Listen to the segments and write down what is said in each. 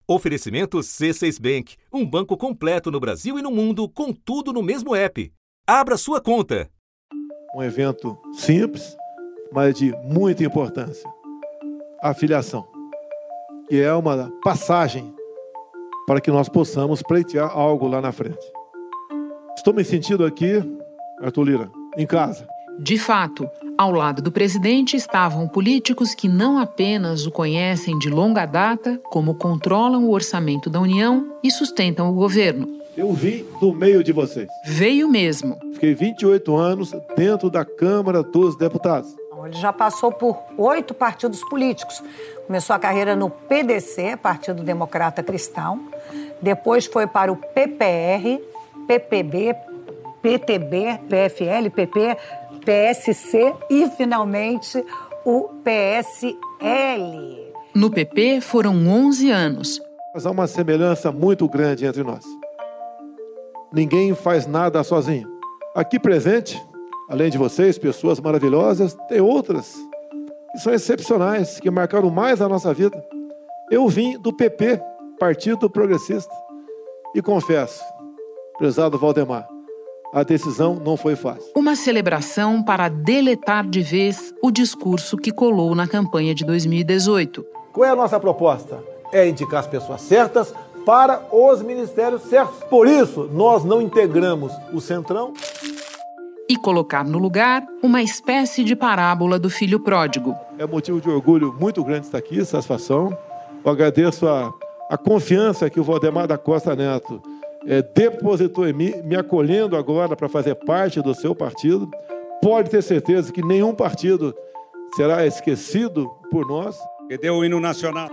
Oferecimento C6 Bank, um banco completo no Brasil e no mundo, com tudo no mesmo app. Abra sua conta. Um evento simples, mas de muita importância. A filiação, que é uma passagem para que nós possamos pleitear algo lá na frente. Estou me sentindo aqui, Arthur Lira, em casa. De fato, ao lado do presidente estavam políticos que não apenas o conhecem de longa data, como controlam o orçamento da União e sustentam o governo. Eu vim do meio de vocês. Veio mesmo. Fiquei 28 anos dentro da Câmara dos Deputados. Ele já passou por 8 partidos políticos. Começou a carreira no PDC, Partido Democrata Cristão. Depois foi para o PPR, PPB, PTB, PFL, PP, PSC e, finalmente, o PSL. No PP foram 11 anos. Mas há uma semelhança muito grande entre nós. Ninguém faz nada sozinho. Aqui presente, além de vocês, pessoas maravilhosas, tem outras que são excepcionais, que marcaram mais a nossa vida. Eu vim do PP, Partido Progressista, e confesso, prezado Valdemar, a decisão não foi fácil. Uma celebração para deletar de vez o discurso que colou na campanha de 2018. Qual é a nossa proposta? É indicar as pessoas certas para os ministérios certos. Por isso, nós não integramos o Centrão. E colocar no lugar uma espécie de parábola do filho pródigo. É motivo de orgulho muito grande estar aqui, satisfação. Eu agradeço a confiança que o Valdemar da Costa Neto depositou em mim, me acolhendo agora para fazer parte do seu partido. Pode ter certeza que nenhum partido será esquecido por nós. Que deu o hino nacional.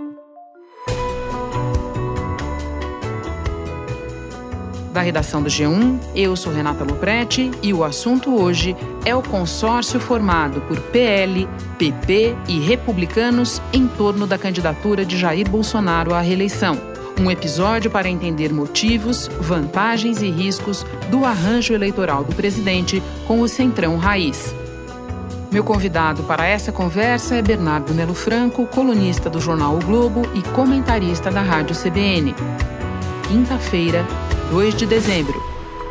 Da redação do G1, eu sou Renata Lopretti e o assunto hoje é o consórcio formado por PL, PP e republicanos em torno da candidatura de Jair Bolsonaro à reeleição. Um episódio para entender motivos, vantagens e riscos do arranjo eleitoral do presidente com o Centrão Raiz. Meu convidado para essa conversa é Bernardo Melo Franco, colunista do jornal O Globo e comentarista da Rádio CBN. Quinta-feira, 2 de dezembro.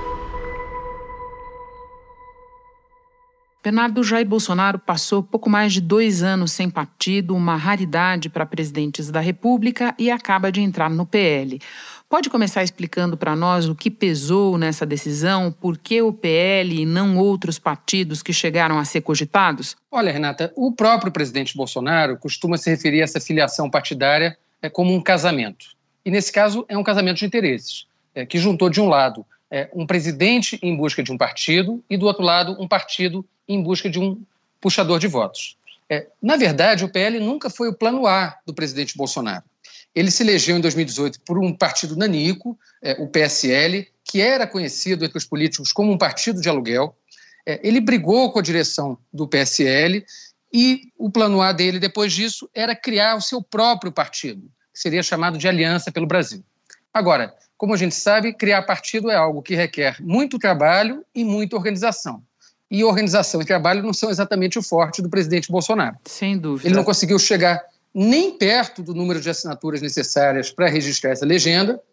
Bernardo, Jair Bolsonaro passou pouco mais de 2 anos sem partido, uma raridade para presidentes da República, e acaba de entrar no PL. Pode começar explicando para nós o que pesou nessa decisão, por que o PL e não outros partidos que chegaram a ser cogitados? Olha, Renata, o próprio presidente Bolsonaro costuma se referir a essa filiação partidária como um casamento. E nesse caso é um casamento de interesses, que juntou de um lado um presidente em busca de um partido e do outro lado um partido em busca de um puxador de votos. Na verdade, o PL nunca foi o plano A do presidente Bolsonaro. Ele se elegeu em 2018 por um partido nanico, o PSL, que era conhecido entre os políticos como um partido de aluguel. Ele brigou com a direção do PSL e o plano A dele, depois disso, era criar o seu próprio partido, que seria chamado de Aliança pelo Brasil. Agora, como a gente sabe, criar partido é algo que requer muito trabalho e muita organização. E organização e trabalho não são exatamente o forte do presidente Bolsonaro. Sem dúvida. Ele não conseguiu chegar nem perto do número de assinaturas necessárias para registrar essa legenda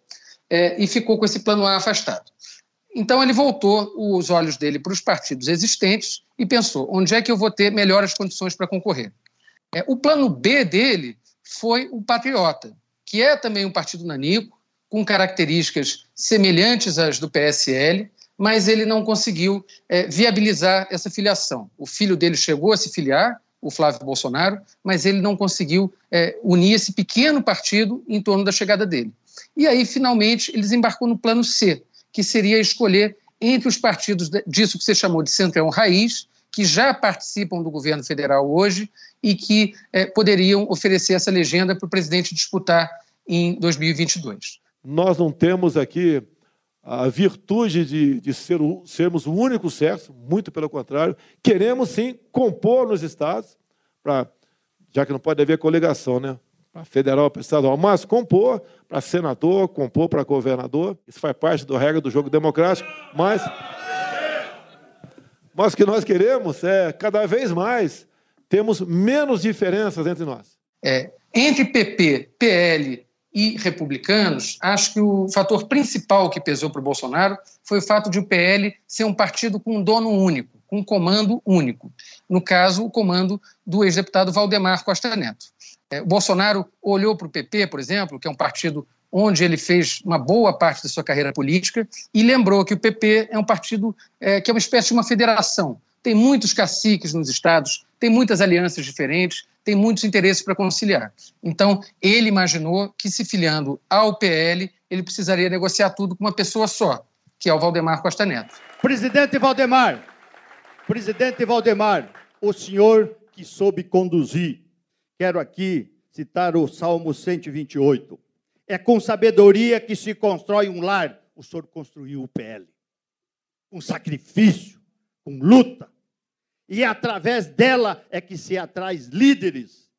e ficou com esse plano A afastado. Então ele voltou os olhos dele para os partidos existentes e pensou, onde é que eu vou ter melhores condições para concorrer? O plano B dele foi o Patriota, que é também um partido nanico, com características semelhantes às do PSL, mas ele não conseguiu viabilizar essa filiação. O filho dele chegou a se filiar, o Flávio Bolsonaro, mas ele não conseguiu unir esse pequeno partido em torno da chegada dele. E aí, finalmente, ele desembarcou no plano C, que seria escolher entre os partidos disso que você chamou de Centrão Raiz, que já participam do governo federal hoje e que poderiam oferecer essa legenda para o presidente disputar em 2022. Nós não temos aqui a virtude de sermos o único certo, muito pelo contrário. Queremos, sim, compor nos estados, já que não pode haver coligação, né? Para federal, para estadual, mas compor para senador, compor para governador. Isso faz parte da regra do jogo democrático, mas o que nós queremos é, cada vez mais, temos menos diferenças entre nós. Entre PP, PL e republicanos, acho que o fator principal que pesou para o Bolsonaro foi o fato de o PL ser um partido com um dono único, com um comando único. No caso, o comando do ex-deputado Valdemar Costa Neto. O Bolsonaro olhou para o PP, por exemplo, que é um partido onde ele fez uma boa parte da sua carreira política, e lembrou que o PP é um partido que é uma espécie de uma federação. Tem muitos caciques nos estados, tem muitas alianças diferentes, tem muitos interesses para conciliar. Então, ele imaginou que, se filiando ao PL, ele precisaria negociar tudo com uma pessoa só, que é o Valdemar Costa Neto. Presidente Valdemar, o senhor que soube conduzir, quero aqui citar o Salmo 128. É com sabedoria que se constrói um lar. O senhor construiu o PL. Com sacrifício, com luta. E através dela é que se atrai líderes.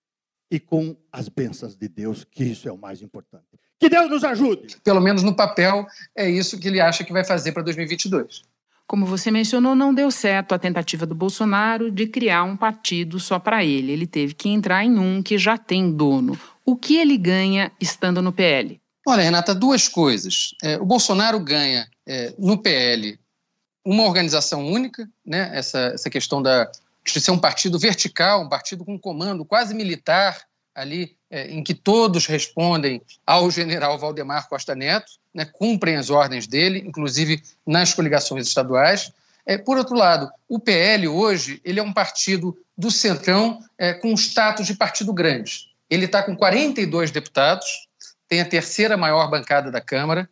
E com as bênçãos de Deus, que isso é o mais importante. Que Deus nos ajude. Pelo menos no papel, é isso que ele acha que vai fazer para 2022. Como você mencionou, não deu certo a tentativa do Bolsonaro de criar um partido só para ele. Ele teve que entrar em um que já tem dono. O que ele ganha estando no PL? Olha, Renata, duas coisas. O Bolsonaro ganha no PL uma organização única, né? Essa questão de ser um partido vertical, um partido com comando quase militar, ali em que todos respondem ao general Valdemar Costa Neto, né? Cumprem as ordens dele, inclusive nas coligações estaduais. Por outro lado, o PL hoje ele é um partido do centrão com status de partido grande. Ele está com 42 deputados, tem a terceira maior bancada da Câmara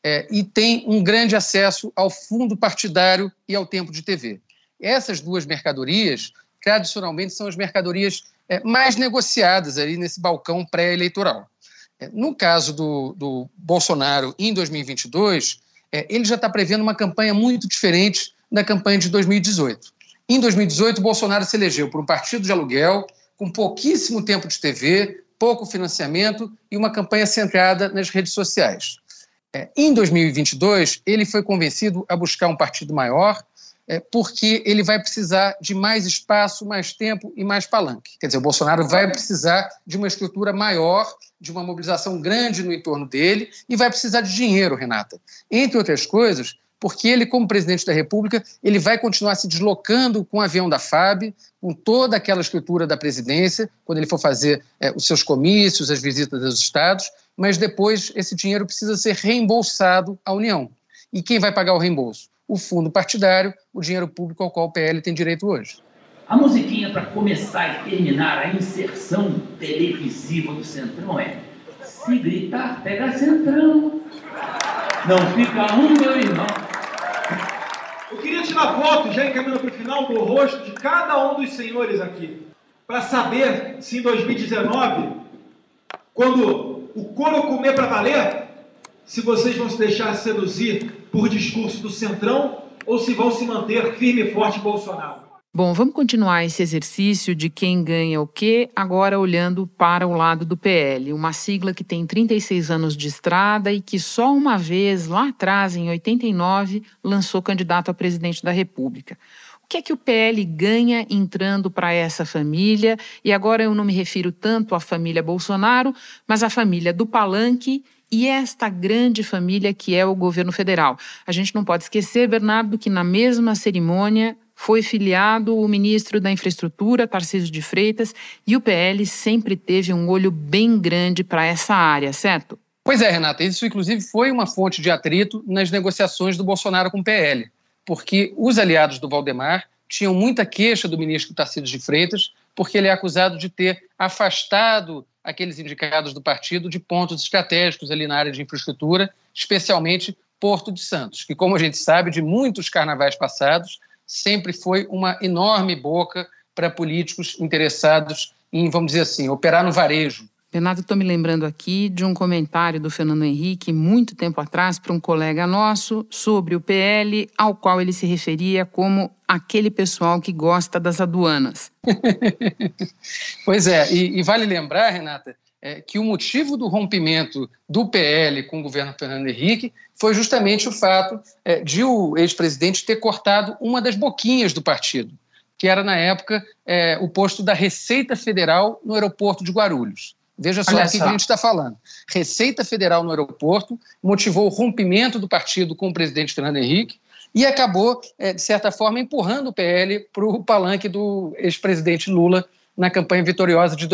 e tem um grande acesso ao fundo partidário e ao tempo de TV. Essas duas mercadorias, tradicionalmente, são as mercadorias mais negociadas ali nesse balcão pré-eleitoral. No caso do Bolsonaro, em 2022, ele já está prevendo uma campanha muito diferente da campanha de 2018. Em 2018, o Bolsonaro se elegeu por um partido de aluguel, com pouquíssimo tempo de TV, pouco financiamento e uma campanha centrada nas redes sociais. Em 2022, ele foi convencido a buscar um partido maior, porque ele vai precisar de mais espaço, mais tempo e mais palanque. Quer dizer, o Bolsonaro vai precisar de uma estrutura maior, de uma mobilização grande no entorno dele e vai precisar de dinheiro, Renata. Entre outras coisas, porque ele, como presidente da República, ele vai continuar se deslocando com o avião da FAB, com toda aquela estrutura da presidência, quando ele for fazer os seus comícios, as visitas aos estados, mas depois esse dinheiro precisa ser reembolsado à União. E quem vai pagar o reembolso? O fundo partidário, o dinheiro público ao qual o PL tem direito hoje. A musiquinha para começar e terminar a inserção televisiva do Centrão é: se gritar, pega Centrão, não fica um, meu irmão. Eu queria tirar foto, já encaminhando para o final, do rosto de cada um dos senhores aqui, para saber se em 2019, quando o couro comer para valer, se vocês vão se deixar seduzir por discurso do Centrão ou se vão se manter firme e forte em Bolsonaro. Bom, vamos continuar esse exercício de quem ganha o quê, agora olhando para o lado do PL, uma sigla que tem 36 anos de estrada e que só uma vez, lá atrás, em 89, lançou candidato a presidente da República. O que é que o PL ganha entrando para essa família? E agora eu não me refiro tanto à família Bolsonaro, mas à família do Palanque e esta grande família que é o governo federal. A gente não pode esquecer, Bernardo, que na mesma cerimônia foi filiado o ministro da Infraestrutura, Tarcísio de Freitas, e o PL sempre teve um olho bem grande para essa área, certo? Pois é, Renata, isso inclusive foi uma fonte de atrito nas negociações do Bolsonaro com o PL, porque os aliados do Valdemar tinham muita queixa do ministro Tarcísio de Freitas, porque ele é acusado de ter afastado aqueles indicados do partido de pontos estratégicos ali na área de infraestrutura, especialmente Porto de Santos, que, como a gente sabe, de muitos carnavais passados, sempre foi uma enorme boca para políticos interessados em, vamos dizer assim, operar no varejo. Bernardo, estou me lembrando aqui de um comentário do Fernando Henrique, muito tempo atrás, para um colega nosso, sobre o PL, ao qual ele se referia como aquele pessoal que gosta das aduanas. Pois é, e vale lembrar, Renata, que o motivo do rompimento do PL com o governo Fernando Henrique foi justamente o fato de o ex-presidente ter cortado uma das boquinhas do partido, que era, na época, o posto da Receita Federal no aeroporto de Guarulhos. Veja só o que a gente está falando. Receita Federal no aeroporto motivou o rompimento do partido com o presidente Fernando Henrique e acabou, de certa forma, empurrando o PL para o palanque do ex-presidente Lula na campanha vitoriosa de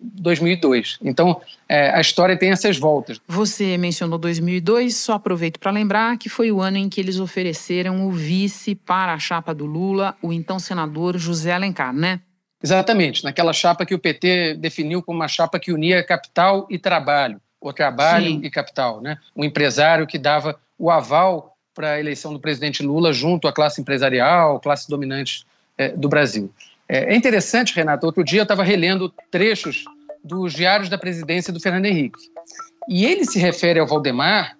2002. Então, a história tem essas voltas. Você mencionou 2002, só aproveito para lembrar que foi o ano em que eles ofereceram o vice para a chapa do Lula, o então senador José Alencar, né? Exatamente, naquela chapa que o PT definiu como uma chapa que unia capital e trabalho, ou trabalho Sim. e capital, né? Um empresário que dava o aval para a eleição do presidente Lula junto à classe empresarial, classe dominante do Brasil. É interessante, Renato, outro dia eu estava relendo trechos dos diários da presidência do Fernando Henrique. E ele se refere ao Valdemar,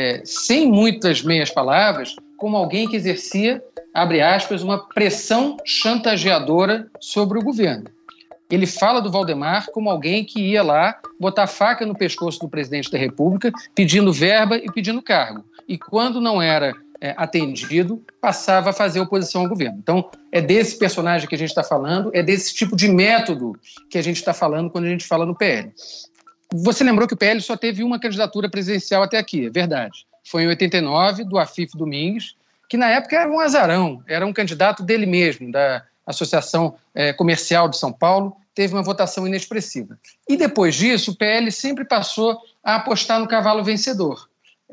sem muitas meias palavras, como alguém que exercia, abre aspas, uma pressão chantageadora sobre o governo. Ele fala do Valdemar como alguém que ia lá botar a faca no pescoço do presidente da República, pedindo verba e pedindo cargo. E quando não era atendido, passava a fazer oposição ao governo. Então, é desse personagem que a gente está falando, é desse tipo de método que a gente está falando quando a gente fala no PL. Você lembrou que o PL só teve uma candidatura presidencial até aqui, é verdade. Foi em 89, do Afif Domingues, que na época era um azarão, era um candidato dele mesmo, da Associação Comercial de São Paulo, teve uma votação inexpressiva. E depois disso, o PL sempre passou a apostar no cavalo vencedor.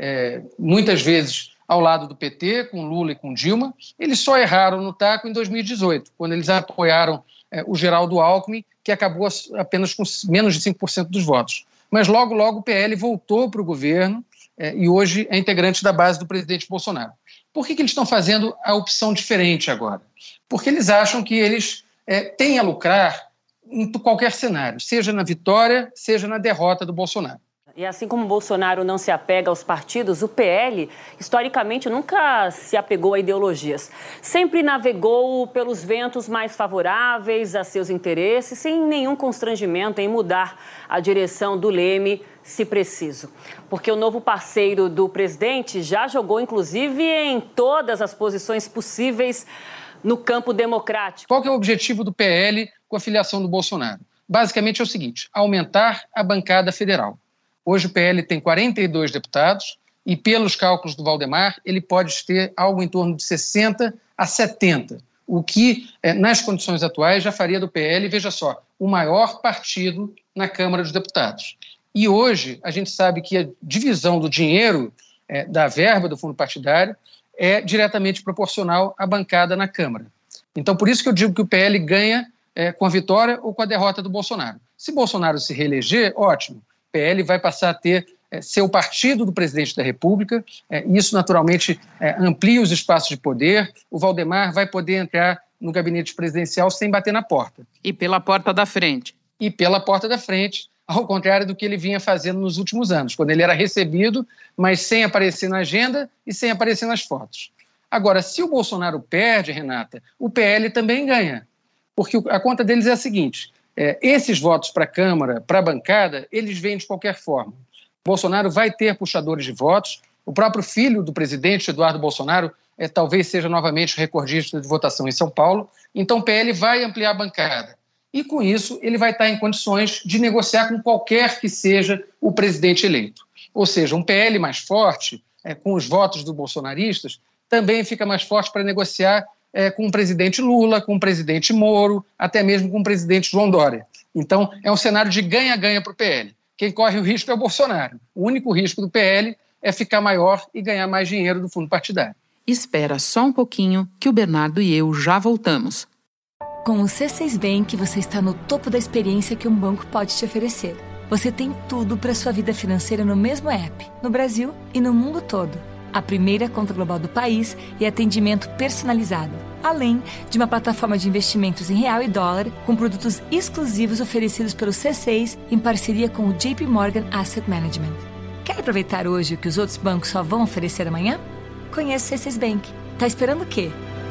Muitas vezes ao lado do PT, com Lula e com Dilma. Eles só erraram no taco em 2018, quando eles apoiaram o Geraldo Alckmin, que acabou apenas com menos de 5% dos votos. Mas logo, logo o PL voltou para o governo e hoje é integrante da base do presidente Bolsonaro. Por que eles estão fazendo a opção diferente agora? Porque eles acham que eles têm a lucrar em qualquer cenário, seja na vitória, seja na derrota do Bolsonaro. E assim como o Bolsonaro não se apega aos partidos, o PL, historicamente, nunca se apegou a ideologias. Sempre navegou pelos ventos mais favoráveis a seus interesses, sem nenhum constrangimento em mudar a direção do leme, se preciso. Porque o novo parceiro do presidente já jogou, inclusive, em todas as posições possíveis no campo democrático. Qual que é o objetivo do PL com a filiação do Bolsonaro? Basicamente é o seguinte: aumentar a bancada federal. Hoje o PL tem 42 deputados e, pelos cálculos do Valdemar, ele pode ter algo em torno de 60 a 70, o que, nas condições atuais, já faria do PL, veja só, o maior partido na Câmara dos Deputados. E hoje a gente sabe que a divisão do dinheiro, da verba do fundo partidário, é diretamente proporcional à bancada na Câmara. Então, por isso que eu digo que o PL ganha com a vitória ou com a derrota do Bolsonaro. Se Bolsonaro se reeleger, ótimo. O PL vai passar a ser o partido do presidente da República, e isso naturalmente amplia os espaços de poder. O Valdemar vai poder entrar no gabinete presidencial sem bater na porta. E pela porta da frente. E pela porta da frente, ao contrário do que ele vinha fazendo nos últimos anos, quando ele era recebido, mas sem aparecer na agenda e sem aparecer nas fotos. Agora, se o Bolsonaro perde, Renata, o PL também ganha, porque a conta deles é a seguinte: esses votos para a Câmara, para a bancada, eles vêm de qualquer forma. Bolsonaro vai ter puxadores de votos. O próprio filho do presidente, Eduardo Bolsonaro, talvez seja novamente recordista de votação em São Paulo. Então o PL vai ampliar a bancada. E com isso ele vai estar em condições de negociar com qualquer que seja o presidente eleito. Ou seja, um PL mais forte, com os votos dos bolsonaristas, também fica mais forte para negociar com o presidente Lula, com o presidente Moro, até mesmo com o presidente João Dória. Então, é um cenário de ganha-ganha para o PL. Quem corre o risco é o Bolsonaro. O único risco do PL é ficar maior e ganhar mais dinheiro do fundo partidário. Espera só um pouquinho que o Bernardo e eu já voltamos. Com o C6 Bank, você está no topo da experiência que um banco pode te oferecer. Você tem tudo para sua vida financeira no mesmo app, no Brasil e no mundo todo. A primeira conta global do país e atendimento personalizado, além de uma plataforma de investimentos em real e dólar com produtos exclusivos oferecidos pelo C6 em parceria com o JP Morgan Asset Management. Quer aproveitar hoje o que os outros bancos só vão oferecer amanhã? Conheça o C6 Bank. Tá esperando o quê?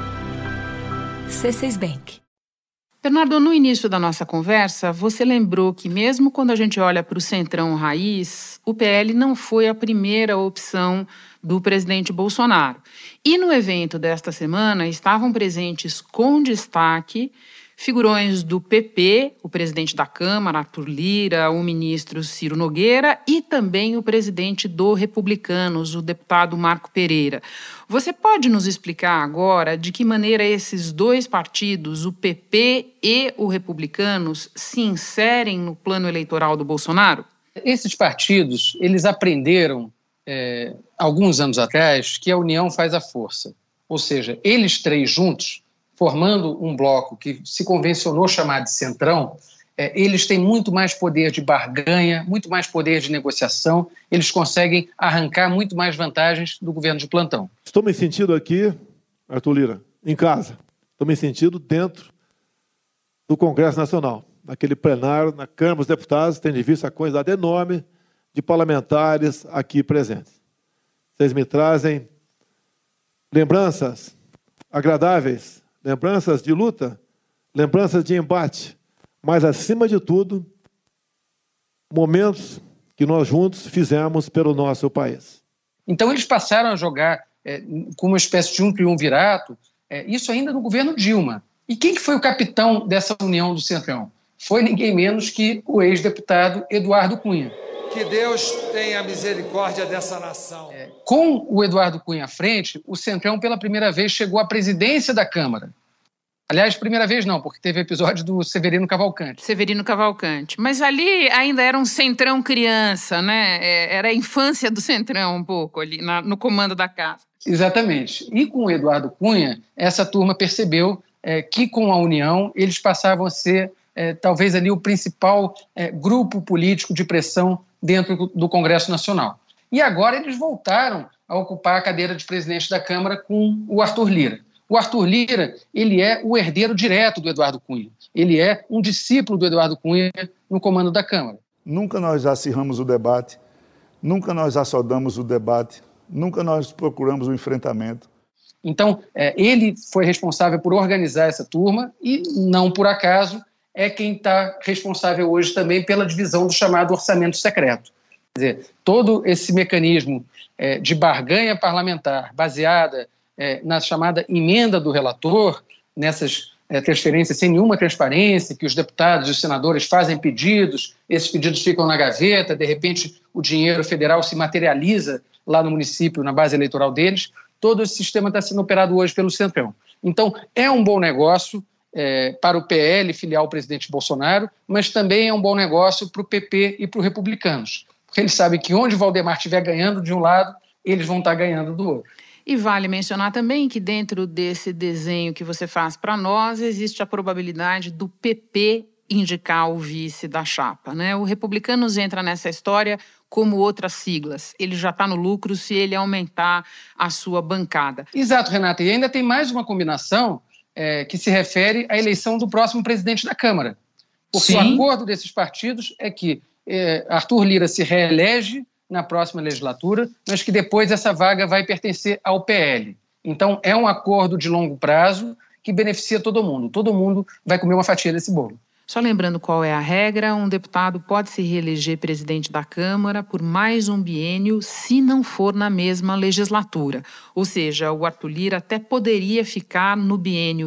C6 Bank. Bernardo, no início da nossa conversa, você lembrou que mesmo quando a gente olha para o centrão raiz, o PL não foi a primeira opção do presidente Bolsonaro. E no evento desta semana estavam presentes com destaque figurões do PP, o presidente da Câmara, Arthur Lira, o ministro Ciro Nogueira e também o presidente do Republicanos, o deputado Marco Pereira. Você pode nos explicar agora de que maneira esses dois partidos, o PP e o Republicanos, se inserem no plano eleitoral do Bolsonaro? Esses partidos, eles aprenderam, alguns anos atrás, que a união faz a força. Ou seja, eles três juntos, formando um bloco que se convencionou chamar de centrão, eles têm muito mais poder de barganha, muito mais poder de negociação, eles conseguem arrancar muito mais vantagens do governo de plantão. Estou me sentindo aqui, Arthur Lira, em casa. Estou me sentindo dentro do Congresso Nacional. Naquele plenário, na Câmara dos Deputados, tendo em vista a quantidade enorme de parlamentares aqui presentes. Vocês me trazem lembranças agradáveis, lembranças de luta, lembranças de embate, mas, acima de tudo, momentos que nós juntos fizemos pelo nosso país. Então, eles passaram a jogar com uma espécie de um triunvirato, isso ainda no governo Dilma. E quem que foi o capitão dessa união do Centrão? Foi ninguém menos que o ex-deputado Eduardo Cunha. Que Deus tenha misericórdia dessa nação. Com o Eduardo Cunha à frente, o Centrão pela primeira vez chegou à presidência da Câmara. Aliás, primeira vez não, porque teve episódio do Severino Cavalcante. Severino Cavalcante. Mas ali ainda era um Centrão criança, né? Era a infância do Centrão um pouco ali no comando da casa. Exatamente. E com o Eduardo Cunha, essa turma percebeu que com a união eles passavam a ser talvez ali o principal grupo político de pressão dentro do Congresso Nacional. E agora eles voltaram a ocupar a cadeira de presidente da Câmara com o Arthur Lira. O Arthur Lira, ele é o herdeiro direto do Eduardo Cunha. Ele é um discípulo do Eduardo Cunha no comando da Câmara. Nunca nós acirramos o debate, nunca nós assodamos o debate, nunca nós procuramos o enfrentamento. Então, ele foi responsável por organizar essa turma e, não por acaso, é quem está responsável hoje também pela divisão do chamado orçamento secreto. Quer dizer, todo esse mecanismo de barganha parlamentar baseada na chamada emenda do relator, nessas transferências sem nenhuma transparência, que os deputados e os senadores fazem pedidos, esses pedidos ficam na gaveta, de repente o dinheiro federal se materializa lá no município, na base eleitoral deles, todo esse sistema está sendo operado hoje pelo Centrão. Então, é um bom negócio para o PL filiar o presidente Bolsonaro, mas também é um bom negócio para o PP e para os Republicanos, porque eles sabem que onde Valdemar estiver ganhando de um lado, eles vão estar ganhando do outro. E vale mencionar também que dentro desse desenho que você faz para nós, existe a probabilidade do PP indicar o vice da chapa, né? O Republicanos entra nessa história como outras siglas. Ele já está no lucro se ele aumentar a sua bancada. Exato, Renata. E ainda tem mais uma combinação que se refere à eleição do próximo presidente da Câmara. Porque Sim. O acordo desses partidos é que Arthur Lira se reelege na próxima legislatura, mas que depois essa vaga vai pertencer ao PL. Então, é um acordo de longo prazo que beneficia todo mundo. Todo mundo vai comer uma fatia desse bolo. Só lembrando qual é a regra, um deputado pode se reeleger presidente da Câmara por mais um biênio se não for na mesma legislatura. Ou seja, o Arthur Lira até poderia ficar no biênio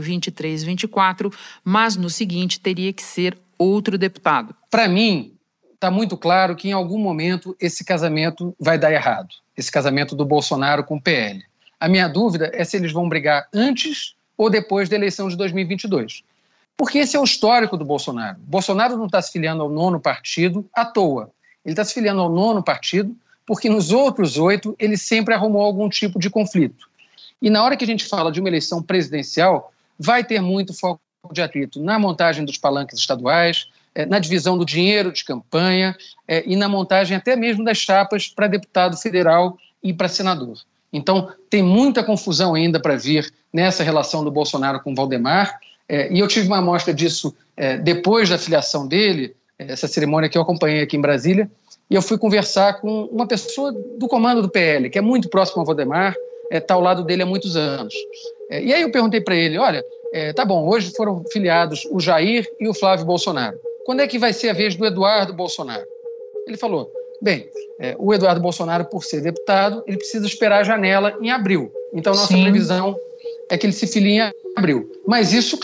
23-24, mas no seguinte teria que ser outro deputado. Para mim, está muito claro que em algum momento esse casamento vai dar errado. Esse casamento do Bolsonaro com o PL. A minha dúvida é se eles vão brigar antes ou depois da eleição de 2022. Porque esse é o histórico do Bolsonaro. O Bolsonaro não está se filiando ao 9º partido à toa. Ele está se filiando ao 9º partido porque nos outros 8 ele sempre arrumou algum tipo de conflito. E na hora que a gente fala de uma eleição presidencial, vai ter muito foco de atrito na montagem dos palanques estaduais, na divisão do dinheiro de campanha e na montagem até mesmo das chapas para deputado federal e para senador. Então, tem muita confusão ainda para vir nessa relação do Bolsonaro com o Valdemar, e eu tive uma amostra disso depois da filiação dele, essa cerimônia que eu acompanhei aqui em Brasília, e eu fui conversar com uma pessoa do comando do PL, que é muito próximo ao Valdemar, está ao lado dele há muitos anos. E aí eu perguntei para ele, olha, tá bom, hoje foram filiados o Jair e o Flávio Bolsonaro. Quando é que vai ser a vez do Eduardo Bolsonaro? Ele falou, bem, o Eduardo Bolsonaro, por ser deputado, ele precisa esperar a janela em abril. Então, nossa previsão é que ele se filie em abril. Mas isso, claro,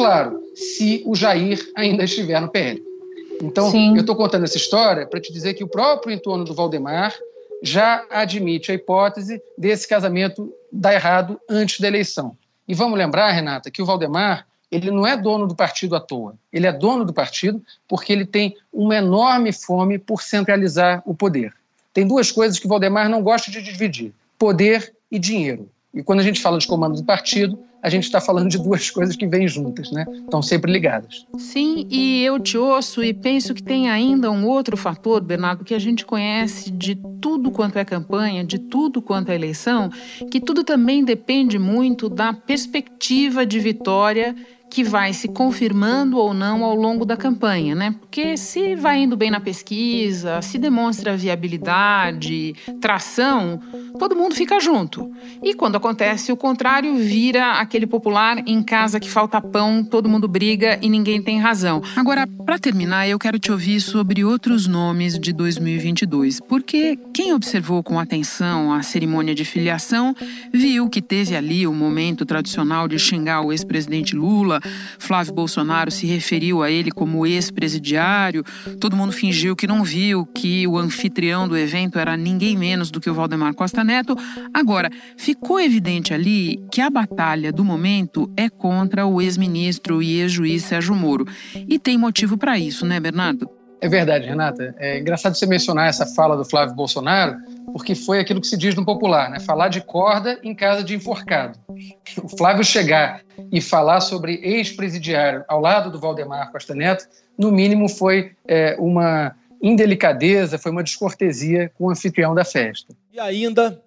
se o Jair ainda estiver no PL. Então, eu estou contando essa história para te dizer que o próprio entorno do Valdemar já admite a hipótese desse casamento dar errado antes da eleição. E vamos lembrar, Renata, que o Valdemar ele não é dono do partido à toa. Ele é dono do partido porque ele tem uma enorme fome por centralizar o poder. Tem duas coisas que o Valdemar não gosta de dividir: poder e dinheiro. E quando a gente fala de comando do partido, a gente está falando de duas coisas que vêm juntas, né? Estão sempre ligadas. Sim, e eu te ouço e penso que tem ainda um outro fator, Bernardo, que a gente conhece de tudo quanto é campanha, de tudo quanto é eleição, que tudo também depende muito da perspectiva de vitória que vai se confirmando ou não ao longo da campanha, né? Porque se vai indo bem na pesquisa, se demonstra viabilidade, tração, todo mundo fica junto. E quando acontece o contrário, vira aquele popular em casa que falta pão, todo mundo briga e ninguém tem razão. Agora, para terminar, eu quero te ouvir sobre outros nomes de 2022, porque quem observou com atenção a cerimônia de filiação viu que teve ali o momento tradicional de xingar o ex-presidente Lula. Flávio Bolsonaro se referiu a ele como ex-presidiário. Todo mundo fingiu que não viu que o anfitrião do evento era ninguém menos do que o Valdemar Costa Neto. Agora, ficou evidente ali que a batalha do momento é contra o ex-ministro e ex-juiz Sérgio Moro. E tem motivo para isso, né, Bernardo? É verdade, Renata. É engraçado você mencionar essa fala do Flávio Bolsonaro, porque foi aquilo que se diz no popular, né? Falar de corda em casa de enforcado. O Flávio chegar e falar sobre ex-presidiário ao lado do Valdemar Costa Neto, no mínimo foi uma indelicadeza, foi uma descortesia com o anfitrião da festa. E ainda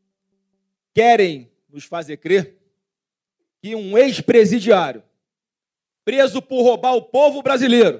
querem nos fazer crer que um ex-presidiário preso por roubar o povo brasileiro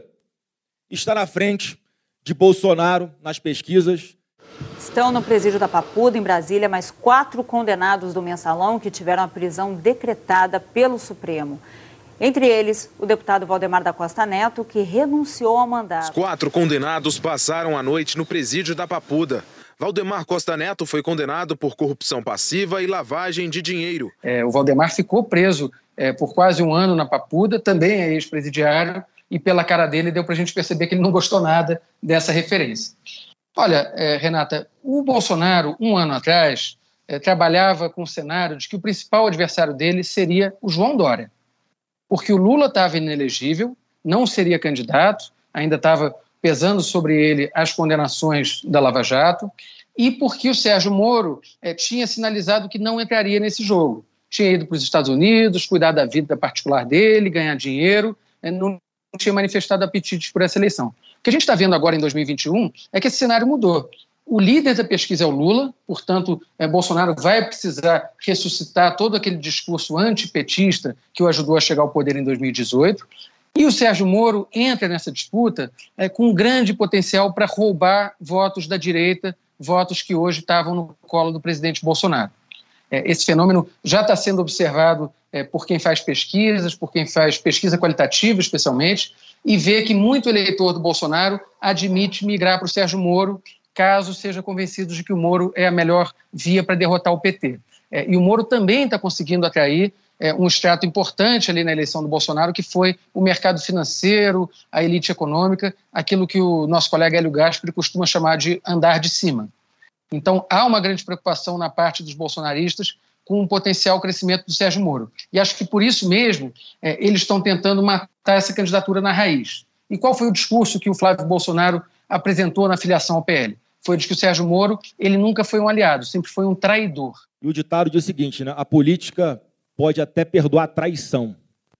está na frente de Bolsonaro nas pesquisas. Estão no presídio da Papuda, em Brasília, mais 4 condenados do Mensalão que tiveram a prisão decretada pelo Supremo. Entre eles, o deputado Valdemar da Costa Neto, que renunciou ao mandato. Os 4 condenados passaram a noite no presídio da Papuda. Valdemar Costa Neto foi condenado por corrupção passiva e lavagem de dinheiro. O Valdemar ficou preso por quase um ano na Papuda, também é ex-presidiário, e pela cara dele deu para a gente perceber que ele não gostou nada dessa referência. Olha, Renata, o Bolsonaro, um ano atrás, trabalhava com o cenário de que o principal adversário dele seria o João Dória, porque o Lula estava inelegível, não seria candidato, ainda estava pesando sobre ele as condenações da Lava Jato, e porque o Sérgio Moro tinha sinalizado que não entraria nesse jogo. Tinha ido para os Estados Unidos, cuidar da vida particular dele, ganhar dinheiro, não tinha manifestado apetite por essa eleição. O que a gente está vendo agora em 2021 é que esse cenário mudou. O líder da pesquisa é o Lula, portanto, Bolsonaro vai precisar ressuscitar todo aquele discurso antipetista que o ajudou a chegar ao poder em 2018. E o Sérgio Moro entra nessa disputa com um grande potencial para roubar votos da direita, votos que hoje estavam no colo do presidente Bolsonaro. Esse fenômeno já está sendo observado por quem faz pesquisas, por quem faz pesquisa qualitativa especialmente, e vê que muito eleitor do Bolsonaro admite migrar para o Sérgio Moro, caso seja convencido de que o Moro é a melhor via para derrotar o PT. E o Moro também está conseguindo atrair um extrato importante ali na eleição do Bolsonaro, que foi o mercado financeiro, a elite econômica, aquilo que o nosso colega Hélio Gaspari costuma chamar de andar de cima. Então, há uma grande preocupação na parte dos bolsonaristas com o potencial crescimento do Sérgio Moro. E acho que por isso mesmo eles estão tentando matar essa candidatura na raiz. E qual foi o discurso que o Flávio Bolsonaro apresentou na filiação ao PL? Foi de que o Sérgio Moro ele nunca foi um aliado, sempre foi um traidor. E o ditado diz o seguinte, né? A política pode até perdoar a traição,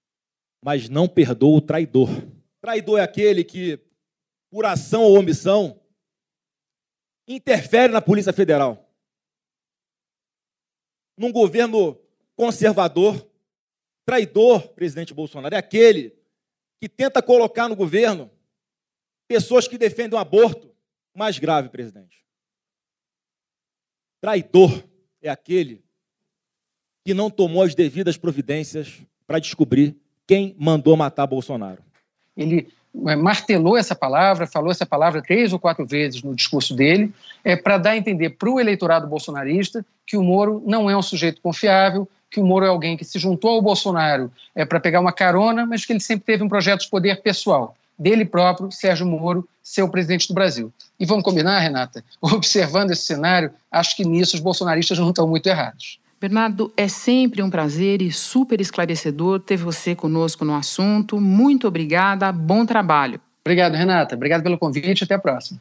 mas não perdoa o traidor. Traidor é aquele que, por ação ou omissão, interfere na Polícia Federal. Num governo conservador, traidor, presidente Bolsonaro, é aquele que tenta colocar no governo pessoas que defendem o aborto. Mais grave, presidente. Traidor é aquele que não tomou as devidas providências para descobrir quem mandou matar Bolsonaro. Ele martelou essa palavra, falou essa palavra 3 ou 4 vezes no discurso dele, para dar a entender para o eleitorado bolsonarista que o Moro não é um sujeito confiável, que o Moro é alguém que se juntou ao Bolsonaro para pegar uma carona, mas que ele sempre teve um projeto de poder pessoal, dele próprio, Sérgio Moro, ser o presidente do Brasil. E vamos combinar, Renata? Observando esse cenário, acho que nisso os bolsonaristas não estão muito errados. Bernardo, é sempre um prazer e super esclarecedor ter você conosco no assunto. Muito obrigada, bom trabalho. Obrigado, Renata. Obrigado pelo convite, até a próxima.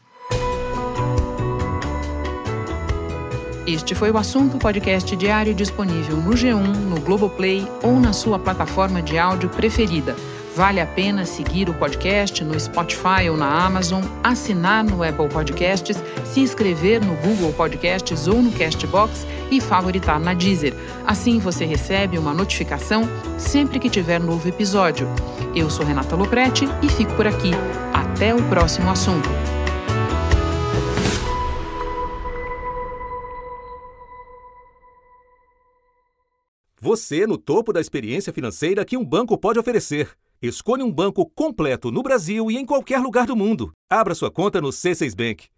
Este foi o Assunto, podcast diário disponível no G1, no Globoplay ou na sua plataforma de áudio preferida. Vale a pena seguir o podcast no Spotify ou na Amazon, assinar no Apple Podcasts, se inscrever no Google Podcasts ou no Castbox e favoritar na Deezer. Assim você recebe uma notificação sempre que tiver novo episódio. Eu sou Renata Loprete e fico por aqui. Até o próximo assunto. Você no topo da experiência financeira que um banco pode oferecer. Escolha um banco completo no Brasil e em qualquer lugar do mundo. Abra sua conta no C6 Bank.